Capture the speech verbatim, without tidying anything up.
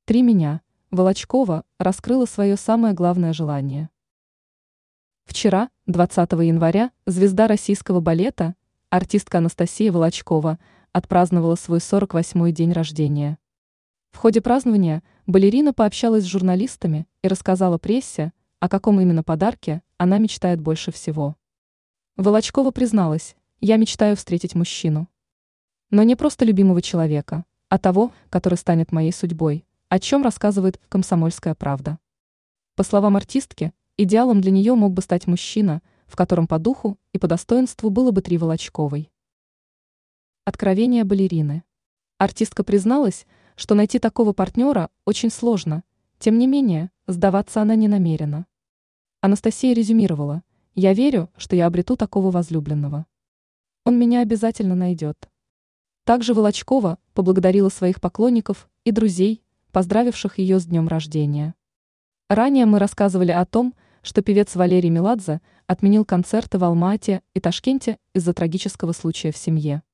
Три меня. Волочкова раскрыла свое самое главное желание. Вчера, двадцатого января, звезда российского балета, артистка Анастасия Волочкова, отпраздновала свой сорок восьмой день рождения. В ходе празднования балерина пообщалась с журналистами и рассказала прессе, о каком именно подарке она мечтает больше всего. Волочкова призналась: «Я мечтаю встретить мужчину. Но не просто любимого человека, а того, который станет моей судьбой», о чем рассказывает «Комсомольская правда». По словам артистки, идеалом для нее мог бы стать мужчина, в котором по духу и по достоинству было бы три Волочковой. Откровение балерины. Артистка призналась, что найти такого партнера очень сложно, тем не менее, сдаваться она не намерена. Анастасия резюмировала: «Я верю, что я обрету такого возлюбленного. Он меня обязательно найдет». Также Волочкова поблагодарила своих поклонников и друзей, поздравивших ее с днем рождения. Ранее мы рассказывали о том, что певец Валерий Меладзе отменил концерты в Алма-Ате и Ташкенте из-за трагического случая в семье.